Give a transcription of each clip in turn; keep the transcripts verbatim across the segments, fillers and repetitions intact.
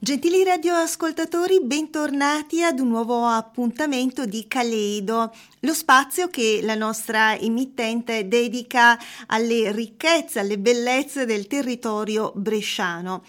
Gentili radioascoltatori, bentornati ad un nuovo appuntamento di Caleido, lo spazio che la nostra emittente dedica alle ricchezze, alle bellezze del territorio bresciano.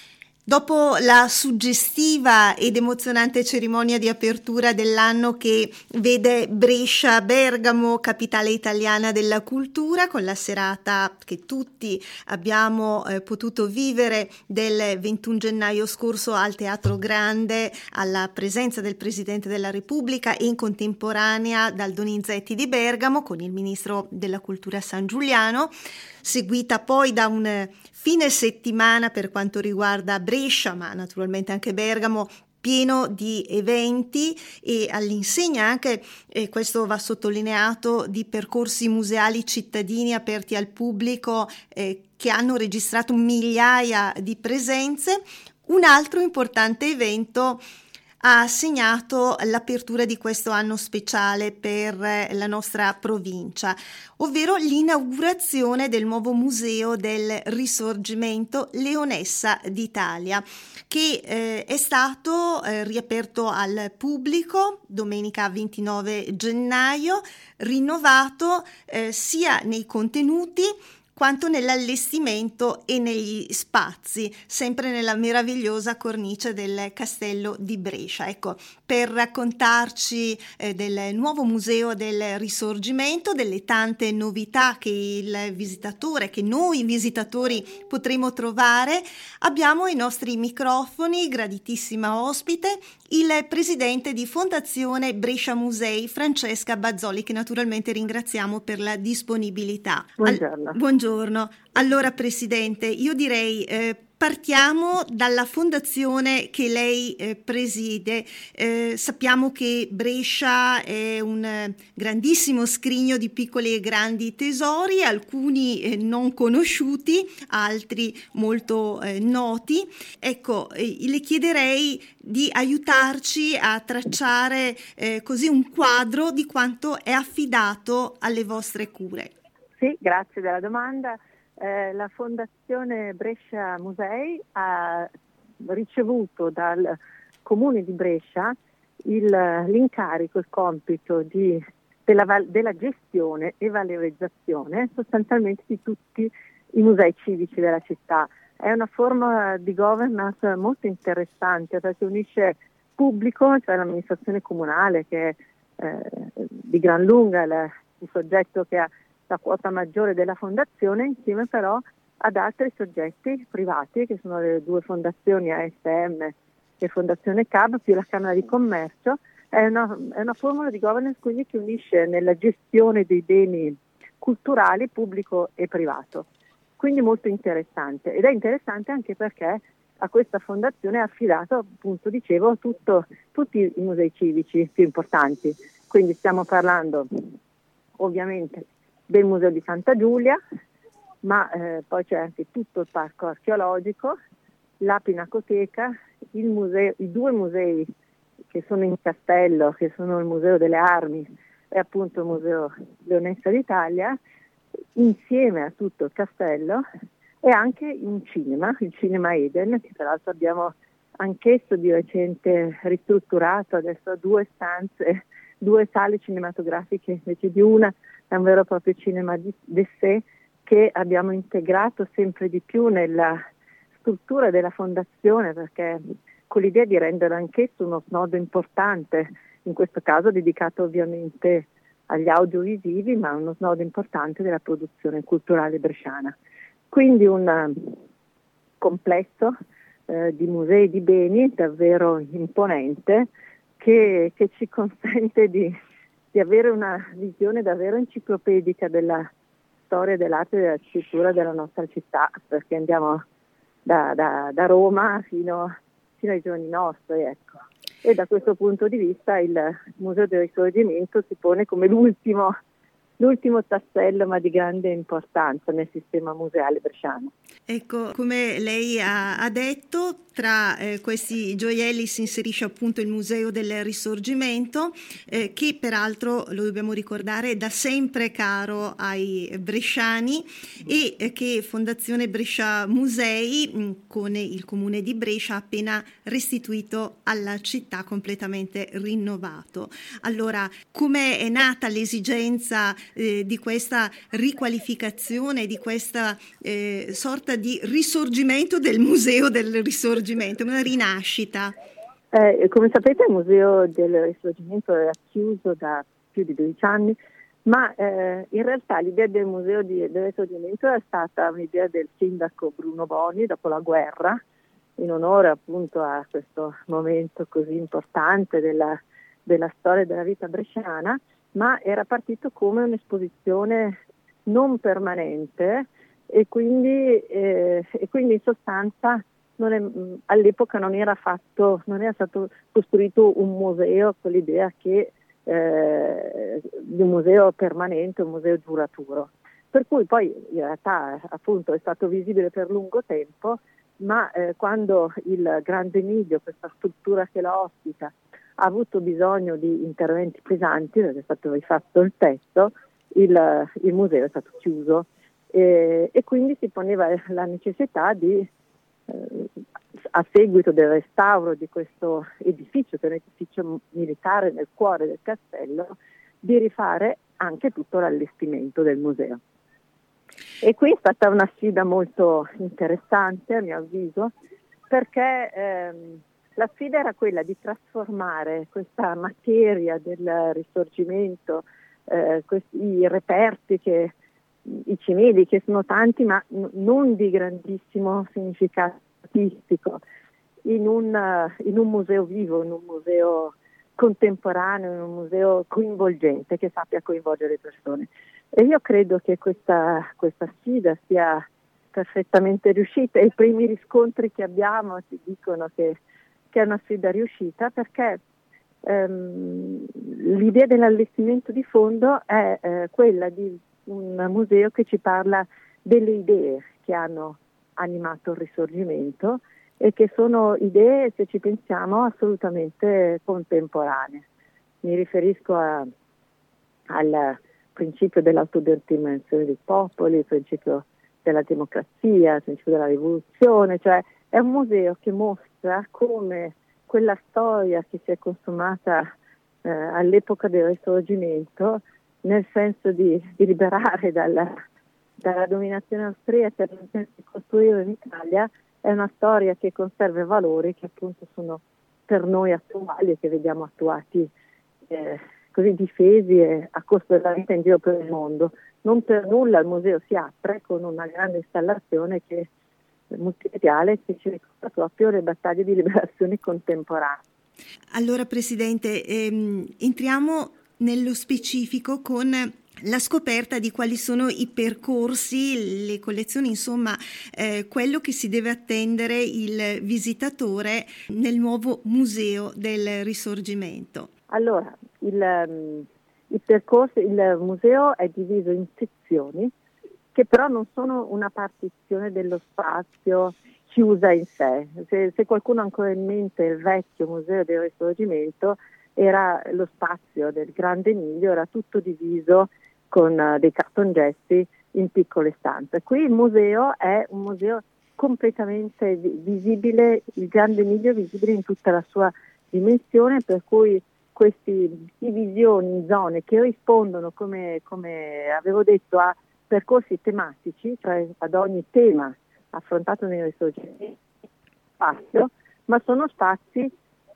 Dopo la suggestiva ed emozionante cerimonia di apertura dell'anno che vede Brescia, Bergamo, capitale italiana della cultura, con la serata che tutti abbiamo eh, potuto vivere del ventuno gennaio scorso al Teatro Grande, alla presenza del Presidente della Repubblica e in contemporanea dal Donizetti di Bergamo con il Ministro della Cultura San Giuliano, seguita poi da un fine settimana per quanto riguarda Brescia, ma naturalmente anche Bergamo, pieno di eventi e all'insegna anche, e questo va sottolineato, di percorsi museali cittadini aperti al pubblico eh, che hanno registrato migliaia di presenze. Un altro importante evento ha segnato l'apertura di questo anno speciale per la nostra provincia, ovvero l'inaugurazione del nuovo Museo del Risorgimento Leonessa d'Italia, che eh, è stato eh, riaperto al pubblico domenica ventinove gennaio, rinnovato eh, sia nei contenuti quanto nell'allestimento e negli spazi, sempre nella meravigliosa cornice del Castello di Brescia. Ecco, per raccontarci eh, del nuovo Museo del Risorgimento, delle tante novità che il visitatore, che noi visitatori potremo trovare, abbiamo ai nostri microfoni, graditissima ospite, il presidente di Fondazione Brescia Musei, Francesca Bazzoli, che naturalmente ringraziamo per la disponibilità. Buongiorno. Al- buongiorno. Allora, Presidente, io direi eh, partiamo dalla fondazione che lei eh, preside. Eh, sappiamo che Brescia è un eh, grandissimo scrigno di piccoli e grandi tesori, alcuni eh, non conosciuti, altri molto eh, noti. Ecco, eh, le chiederei di aiutarci a tracciare eh, così un quadro di quanto è affidato alle vostre cure. Sì, grazie della domanda. Eh, la Fondazione Brescia Musei ha ricevuto dal Comune di Brescia il, l'incarico, il compito di, della, della gestione e valorizzazione sostanzialmente di tutti i musei civici della città. È una forma di governance molto interessante perché unisce pubblico, cioè l'amministrazione comunale che è eh, di gran lunga la, il soggetto che ha la quota maggiore della fondazione, insieme però ad altri soggetti privati che sono le due fondazioni A S M e Fondazione C A B più la Camera di Commercio. È una, è una formula di governance quindi che unisce nella gestione dei beni culturali pubblico e privato, quindi molto interessante, ed è interessante anche perché a questa fondazione è affidato, appunto dicevo, tutto, tutti i musei civici più importanti, quindi stiamo parlando ovviamente del Museo di Santa Giulia, ma eh, poi c'è anche tutto il parco archeologico, la Pinacoteca, il museo, i due musei che sono in castello, che sono il Museo delle Armi e appunto il Museo Leonessa d'Italia, insieme a tutto il castello, e anche un cinema, il Cinema Eden, che tra l'altro abbiamo anch'esso di recente ristrutturato, adesso ha due stanze, due sale cinematografiche invece di una. È un vero e proprio cinema di, di sé che abbiamo integrato sempre di più nella struttura della fondazione, perché con l'idea di rendere anch'esso uno snodo importante, in questo caso dedicato ovviamente agli audiovisivi, ma uno snodo importante della produzione culturale bresciana. Quindi un complesso eh, di musei di beni davvero imponente che, che ci consente di di avere una visione davvero enciclopedica della storia dell'arte e dell'architettura della nostra città, perché andiamo da, da, da Roma fino, fino ai giorni nostri, ecco. E da questo punto di vista il Museo del Risorgimento si pone come l'ultimo, l'ultimo tassello, ma di grande importanza nel sistema museale bresciano. Ecco, come lei ha, ha detto, tra eh, questi gioielli si inserisce appunto il Museo del Risorgimento, eh, che peraltro, lo dobbiamo ricordare, è da sempre caro ai bresciani e eh, che Fondazione Brescia Musei, mh, con il Comune di Brescia, ha appena restituito alla città, completamente rinnovato. Allora, come è nata l'esigenza eh, di questa riqualificazione, di questa eh, sorta di risorgimento del Museo del Risorgimento, una rinascita? Eh, come sapete, il Museo del Risorgimento era chiuso da più di dodici anni, ma eh, in realtà l'idea del Museo di, del Risorgimento è stata un'idea del sindaco Bruno Boni dopo la guerra, in onore appunto a questo momento così importante della, della storia della vita bresciana, ma era partito come un'esposizione non permanente e quindi, eh, e quindi in sostanza non è, all'epoca non era fatto, non era stato costruito un museo con l'idea che eh, di un museo permanente, un museo duraturo. Per cui poi in realtà appunto è stato visibile per lungo tempo, ma eh, quando il Grande Emilio, questa struttura che la ospita, ha avuto bisogno di interventi pesanti, perché è stato rifatto il tetto, il, il museo è stato chiuso. E, e quindi si poneva la necessità di, eh, a seguito del restauro di questo edificio, che è un edificio militare nel cuore del castello, di rifare anche tutto l'allestimento del museo. E qui è stata una sfida molto interessante, a mio avviso, perché ehm, la sfida era quella di trasformare questa materia del Risorgimento, eh, questi reperti che i cimeli, che sono tanti ma n- non di grandissimo significato artistico, in un, uh, in un museo vivo, in un museo contemporaneo, in un museo coinvolgente che sappia coinvolgere le persone. E io credo che questa, questa sfida sia perfettamente riuscita e i primi riscontri che abbiamo ci dicono che, che è una sfida riuscita, perché ehm, l'idea dell'allestimento di fondo è eh, quella di un museo che ci parla delle idee che hanno animato il Risorgimento e che sono idee, se ci pensiamo, assolutamente contemporanee. Mi riferisco a, al principio dell'autodeterminazione dei popoli, il principio della democrazia, il principio della rivoluzione, cioè è un museo che mostra come quella storia che si è consumata eh, all'epoca del Risorgimento, nel senso di, di liberare dalla, dalla dominazione austriaca, nel senso di costruire in Italia, è una storia che conserva valori che appunto sono per noi attuali e che vediamo attuati eh, così difesi e a costo della vita in giro per il mondo. Non per nulla il museo si apre con una grande installazione che multimediale che ci ricorda proprio le battaglie di liberazione contemporanee. Allora Presidente, ehm, entriamo nello specifico con la scoperta di quali sono i percorsi, le collezioni, insomma eh, quello che si deve attendere il visitatore nel nuovo museo del Risorgimento. Allora, il, il percorso, il museo è diviso in sezioni che però non sono una partizione dello spazio chiusa in sé. Se, se qualcuno ha ancora in mente il vecchio museo del Risorgimento, era lo spazio del Grande Emilio, era tutto diviso con uh, dei cartongetti in piccole stanze. Qui il museo è un museo completamente visibile, il Grande Emilio è visibile in tutta la sua dimensione, per cui queste divisioni in zone che rispondono, come, come avevo detto, a percorsi tematici, cioè ad ogni tema affrontato nel Risorgimento, spazio, ma sono spazi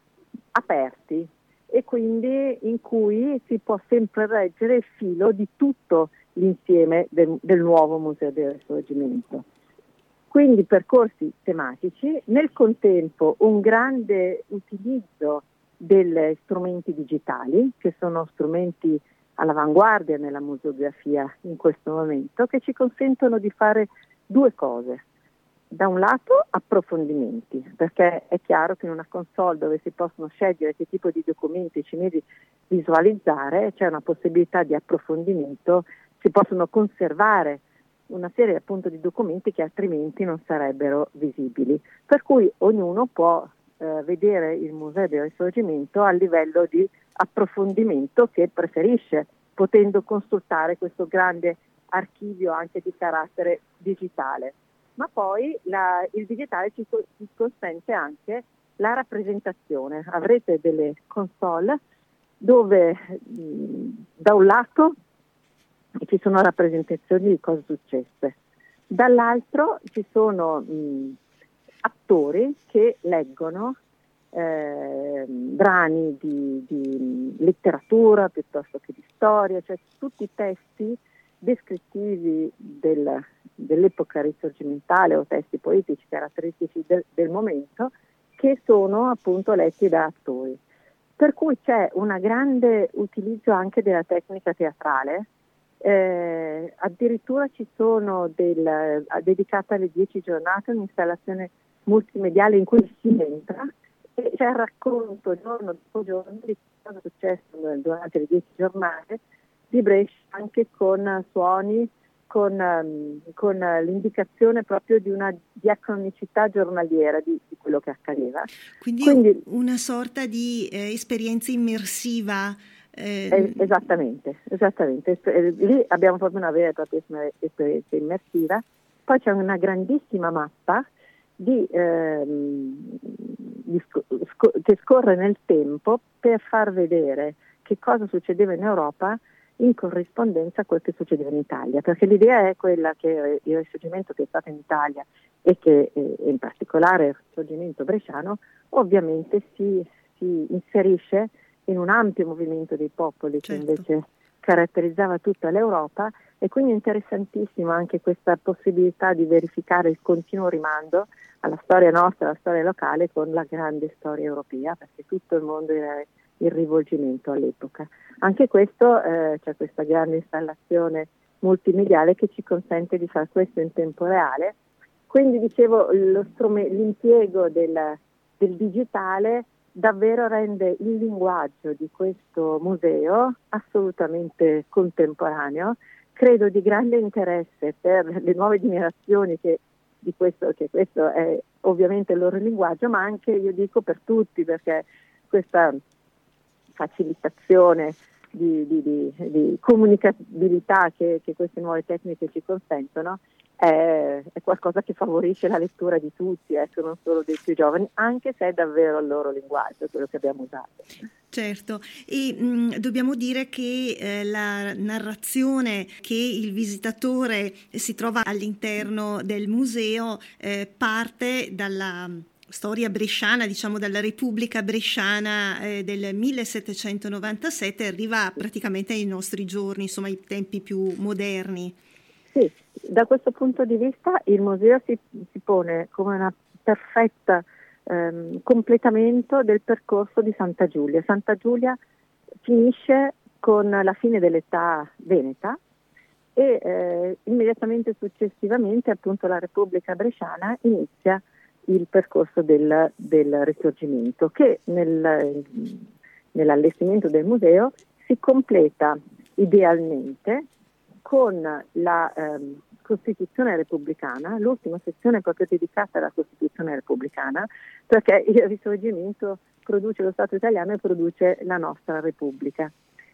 aperti e quindi in cui si può sempre reggere il filo di tutto l'insieme del, del nuovo Museo del Risorgimento. Quindi percorsi tematici, nel contempo un grande utilizzo degli strumenti digitali, che sono strumenti all'avanguardia nella museografia in questo momento, che ci consentono di fare due cose. da un lato approfondimenti, perché è chiaro che in una console dove si possono scegliere che tipo di documenti ci metti visualizzare, c'è una possibilità di approfondimento, si possono conservare una serie appunto di documenti che altrimenti non sarebbero visibili, per cui ognuno può eh, vedere il Museo del Risorgimento a livello di approfondimento che preferisce, potendo consultare questo grande archivio anche di carattere digitale. Ma poi la, il digitale ci, ci consente anche la rappresentazione. Avrete delle console dove mh, da un lato ci sono rappresentazioni di cose successe, dall'altro ci sono mh, attori che leggono eh, brani di, di letteratura piuttosto che di storia, cioè tutti i testi descrittivi del, dell'epoca risorgimentale o testi poetici caratteristici del, del momento, che sono appunto letti da attori. Per cui c'è un grande utilizzo anche della tecnica teatrale, eh, addirittura ci sono del, dedicata alle dieci giornate un'installazione multimediale in cui si entra e c'è il racconto giorno dopo giorno di cosa è successo durante le dieci giornate di Brescia, anche con suoni, con, um, con l'indicazione proprio di una diacronicità giornaliera di, di quello che accadeva. Quindi, Quindi una sorta di eh, esperienza immersiva. Eh... Eh, esattamente, esattamente. Eh, lì abbiamo proprio una vera e propria esperienza immersiva. Poi c'è una grandissima mappa di, ehm, di sc- sc- che scorre nel tempo per far vedere che cosa succedeva in Europa in corrispondenza a quel che succedeva in Italia, perché l'idea è quella che il risorgimento che è stato in Italia e che eh, in particolare il risorgimento bresciano ovviamente si, si inserisce in un ampio movimento dei popoli, certo, che invece caratterizzava tutta l'Europa, e quindi è interessantissima anche questa possibilità di verificare il continuo rimando alla storia nostra, alla storia locale, con la grande storia europea, perché tutto il mondo era il rivolgimento all'epoca. Anche questo, eh, c'è questa grande installazione multimediale che ci consente di fare questo in tempo reale. Quindi dicevo, lo strum- l'impiego del, del digitale davvero rende il linguaggio di questo museo assolutamente contemporaneo, credo di grande interesse per le nuove generazioni che di questo, che questo è ovviamente il loro linguaggio, ma anche io dico per tutti, perché questa facilitazione di, di, di, di comunicabilità che, che queste nuove tecniche ci consentono è, è qualcosa che favorisce la lettura di tutti, ecco, non solo dei più giovani, anche se è davvero il loro linguaggio quello che abbiamo usato. Certo, e mh, dobbiamo dire che eh, la narrazione che il visitatore si trova all'interno del museo eh, parte dalla storia bresciana, diciamo dalla Repubblica Bresciana eh, del millesettecentonovantasette, e arriva praticamente ai nostri giorni, insomma ai tempi più moderni. Sì, da questo punto di vista il museo si, si pone come una perfetta ehm, completamento del percorso di Santa Giulia. Santa Giulia finisce con la fine dell'età veneta e eh, immediatamente successivamente appunto la Repubblica Bresciana inizia il percorso del, del Risorgimento, che nel, nell'allestimento del museo si completa idealmente con la ehm, Costituzione repubblicana, l'ultima sezione è proprio dedicata alla Costituzione repubblicana, perché il Risorgimento produce lo Stato italiano e produce la nostra Repubblica.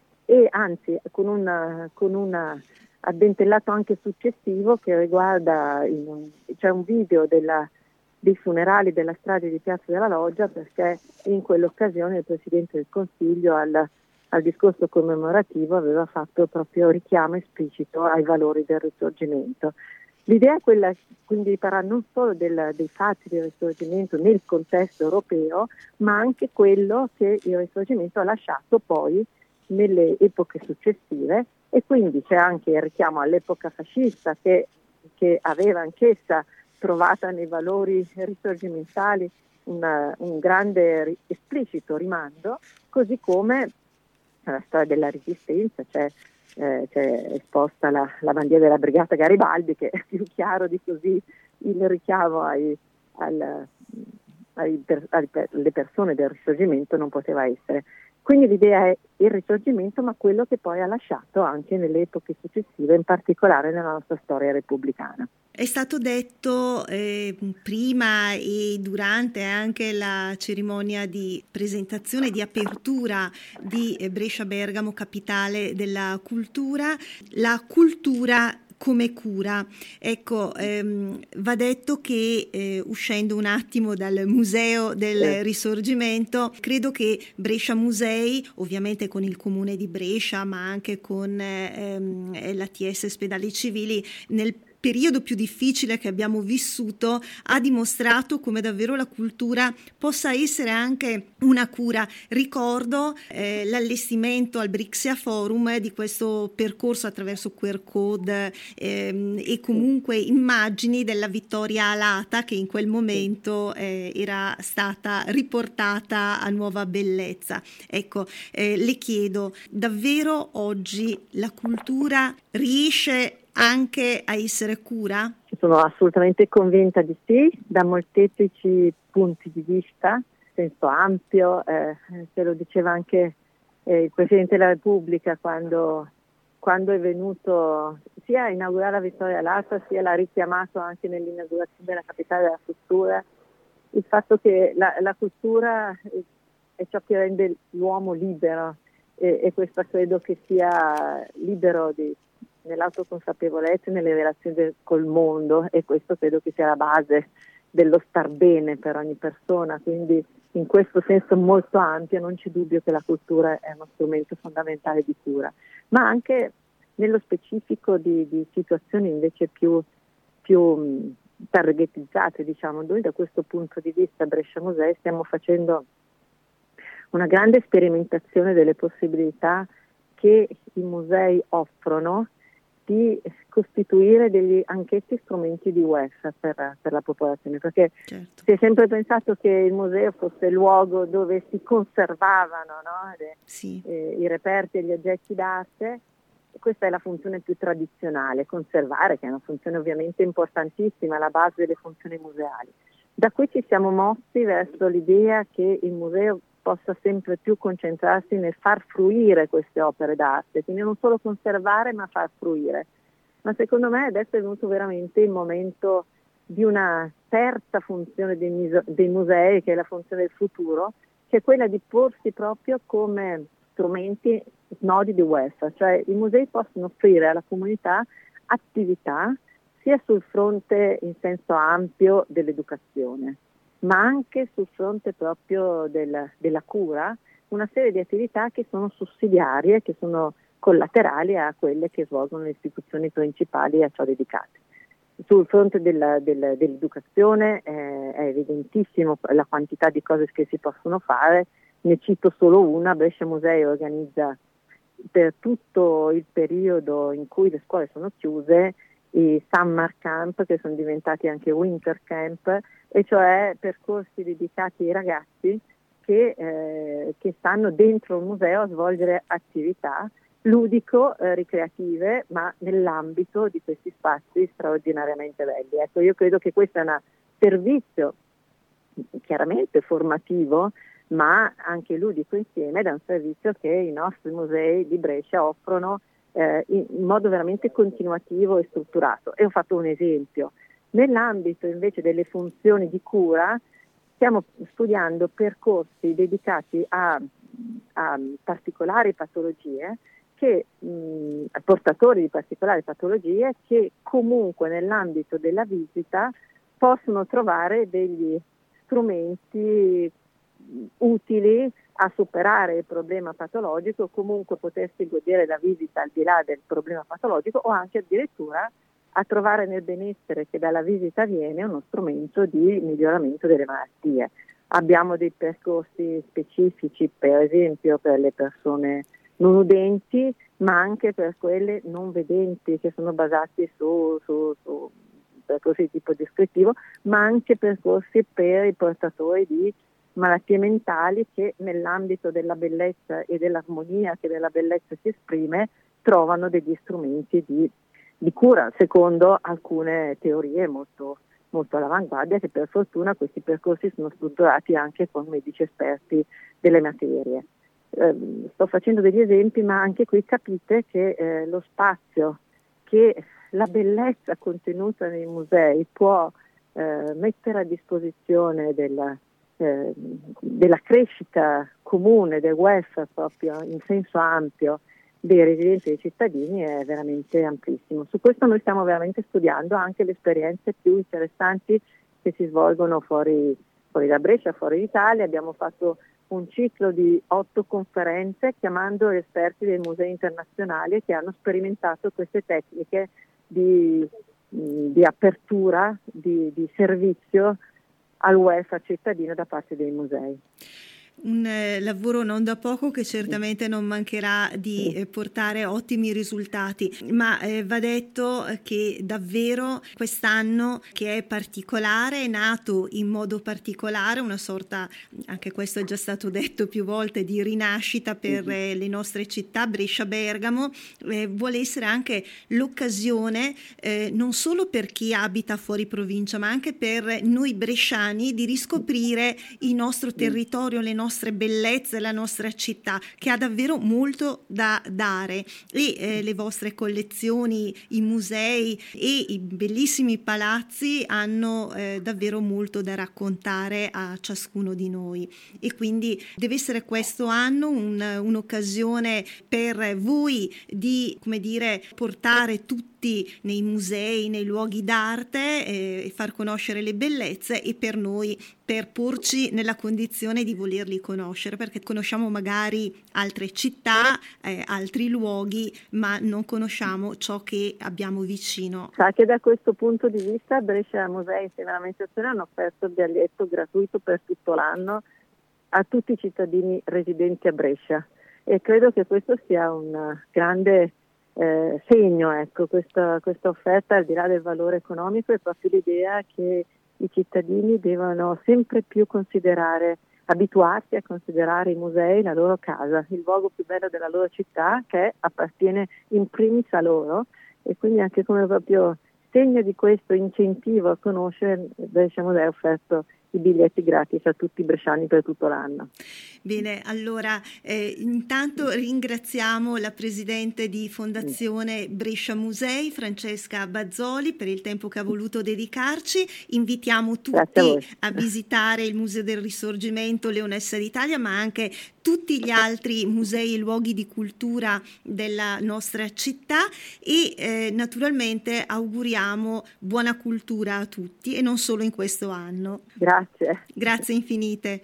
E anzi, con un con un addentellato anche successivo che riguarda, in, c'è un video della, dei funerali della strage di Piazza della Loggia, perché in quell'occasione il Presidente del Consiglio al al discorso commemorativo aveva fatto proprio richiamo esplicito ai valori del Risorgimento. L'idea è quella quindi di parlare non solo del, dei fatti del Risorgimento nel contesto europeo, ma anche quello che il Risorgimento ha lasciato poi nelle epoche successive, e quindi c'è anche il richiamo all'epoca fascista che, che aveva anch'essa trovata nei valori risorgimentali una, un grande esplicito rimando, così come la storia della Resistenza, c'è, eh, c'è esposta la, la bandiera della Brigata Garibaldi, che è più chiaro di così il richiamo ai, al, ai per, alle persone del Risorgimento non poteva essere. Quindi l'idea è il Risorgimento, ma quello che poi ha lasciato anche nelle epoche successive, in particolare nella nostra storia repubblicana. È stato detto eh, prima e durante anche la cerimonia di presentazione, di apertura di Brescia Bergamo, capitale della cultura, la cultura come cura. Ecco, ehm, va detto che eh, uscendo un attimo dal Museo del Risorgimento, credo che Brescia Musei, ovviamente con il Comune di Brescia, ma anche con ehm, l'A T S Ospedali Civili, nel periodo più difficile che abbiamo vissuto, ha dimostrato come davvero la cultura possa essere anche una cura. Ricordo eh, l'allestimento al Brixia Forum di questo percorso attraverso Q R code ehm, e comunque immagini della Vittoria alata che in quel momento eh, era stata riportata a nuova bellezza. Ecco, eh, le chiedo, davvero oggi la cultura riesce anche a essere cura? Sono assolutamente convinta di sì, da molteplici punti di vista, in senso ampio, eh, se lo diceva anche eh, il Presidente della Repubblica quando, quando è venuto sia a inaugurare la Vittoria alata, sia l'ha richiamato anche nell'inaugurazione della capitale della cultura, il fatto che la, la cultura è ciò che rende l'uomo libero e, e questo credo che sia libero di nell'autoconsapevolezza e nelle relazioni del, col mondo, e questo credo che sia la base dello star bene per ogni persona, quindi in questo senso molto ampio non c'è dubbio che la cultura è uno strumento fondamentale di cura, ma anche nello specifico di, di situazioni invece più, più mh, targetizzate, diciamo. Noi da questo punto di vista a Brescia Musei stiamo facendo una grande sperimentazione delle possibilità che i musei offrono di costituire degli anch'essi strumenti di welfare per, per la popolazione, perché certo. Si è sempre pensato che il museo fosse il luogo dove si conservavano, no? Le, sì. eh, i reperti e gli oggetti d'arte. Questa è la funzione più tradizionale, conservare, che è una funzione ovviamente importantissima, alla base delle funzioni museali. Da qui ci siamo mossi verso l'idea che il museo possa sempre più concentrarsi nel far fruire queste opere d'arte, quindi non solo conservare ma far fruire. Ma secondo me adesso è venuto veramente il momento di una terza funzione dei, muse- dei musei, che è la funzione del futuro, che è quella di porsi proprio come strumenti, nodi di welfare, cioè i musei possono offrire alla comunità attività sia sul fronte in senso ampio dell'educazione, ma anche sul fronte proprio del, della cura, una serie di attività che sono sussidiarie, che sono collaterali a quelle che svolgono le istituzioni principali a ciò dedicate. Sul fronte della, del, dell'educazione eh, è evidentissimo la quantità di cose che si possono fare, ne cito solo una. Brescia Musei organizza per tutto il periodo in cui le scuole sono chiuse i summer camp, che sono diventati anche winter camp, e cioè percorsi dedicati ai ragazzi che, eh, che stanno dentro un museo a svolgere attività ludico-ricreative, eh, ma nell'ambito di questi spazi straordinariamente belli. Ecco, io credo che questo è un servizio chiaramente formativo, ma anche ludico insieme, ed è un servizio che i nostri musei di Brescia offrono eh, in, in modo veramente continuativo e strutturato. E ho fatto un esempio. Nell'ambito invece delle funzioni di cura stiamo studiando percorsi dedicati a, a particolari patologie, che, mh, a portatori di particolari patologie, che comunque nell'ambito della visita possono trovare degli strumenti utili a superare il problema patologico, comunque potersi godere la visita al di là del problema patologico, o anche addirittura a trovare nel benessere che dalla visita viene uno strumento di miglioramento delle malattie. Abbiamo dei percorsi specifici, per esempio per le persone non udenti, ma anche per quelle non vedenti, che sono basati su, su, su percorsi di tipo descrittivo, ma anche percorsi per i portatori di malattie mentali, che nell'ambito della bellezza e dell'armonia che della bellezza si esprime trovano degli strumenti di, di cura, secondo alcune teorie molto, molto all'avanguardia, che per fortuna questi percorsi sono strutturati anche con medici esperti delle materie. Eh, sto facendo degli esempi, ma anche qui capite che eh, lo spazio, che la bellezza contenuta nei musei può eh, mettere a disposizione della, eh, della crescita comune, del welfare proprio in senso ampio dei residenti e dei cittadini, è veramente amplissimo. Su questo noi stiamo veramente studiando anche le esperienze più interessanti che si svolgono fuori, fuori da Brescia, fuori d'Italia. Abbiamo fatto un ciclo di otto conferenze chiamando esperti dei musei internazionali che hanno sperimentato queste tecniche di, di apertura, di, di servizio al welfare cittadino da parte dei musei. Un eh, lavoro non da poco che certamente non mancherà di eh, portare ottimi risultati, ma eh, va detto che davvero quest'anno, che è particolare, è nato in modo particolare, una sorta, anche questo è già stato detto più volte, di rinascita per eh, le nostre città. Brescia-Bergamo eh, vuole essere anche l'occasione eh, non solo per chi abita fuori provincia, ma anche per noi bresciani di riscoprire il nostro territorio, le nostre nostre bellezze, la nostra città, che ha davvero molto da dare, e eh, le vostre collezioni, i musei e i bellissimi palazzi hanno eh, davvero molto da raccontare a ciascuno di noi, e quindi deve essere questo anno un, un'occasione per voi di, come dire, portare tutti nei musei, nei luoghi d'arte eh, e far conoscere le bellezze, e per noi per porci nella condizione di volerli conoscere, perché conosciamo magari altre città, eh, altri luoghi, ma non conosciamo ciò che abbiamo vicino. Sa che da questo punto di vista Brescia Musei insieme all'amministrazione hanno offerto il biglietto gratuito per tutto l'anno a tutti i cittadini residenti a Brescia, e credo che questo sia un grande eh, segno, ecco, questa, questa offerta, al di là del valore economico, è proprio l'idea che i cittadini devono sempre più considerare, abituarsi a considerare i musei la loro casa, il luogo più bello della loro città, che appartiene in primis a loro, e quindi anche come proprio segno di questo incentivo a conoscere, Brescia Musei ha offerto i biglietti gratis a tutti i bresciani per tutto l'anno. Bene, allora eh, intanto ringraziamo la presidente di Fondazione Brescia Musei, Francesca Bazzoli, per il tempo che ha voluto dedicarci. Invitiamo tutti a, a visitare il Museo del Risorgimento Leonessa d'Italia, ma anche tutti gli altri musei e luoghi di cultura della nostra città, e eh, naturalmente auguriamo buona cultura a tutti, e non solo in questo anno. Grazie. Grazie infinite.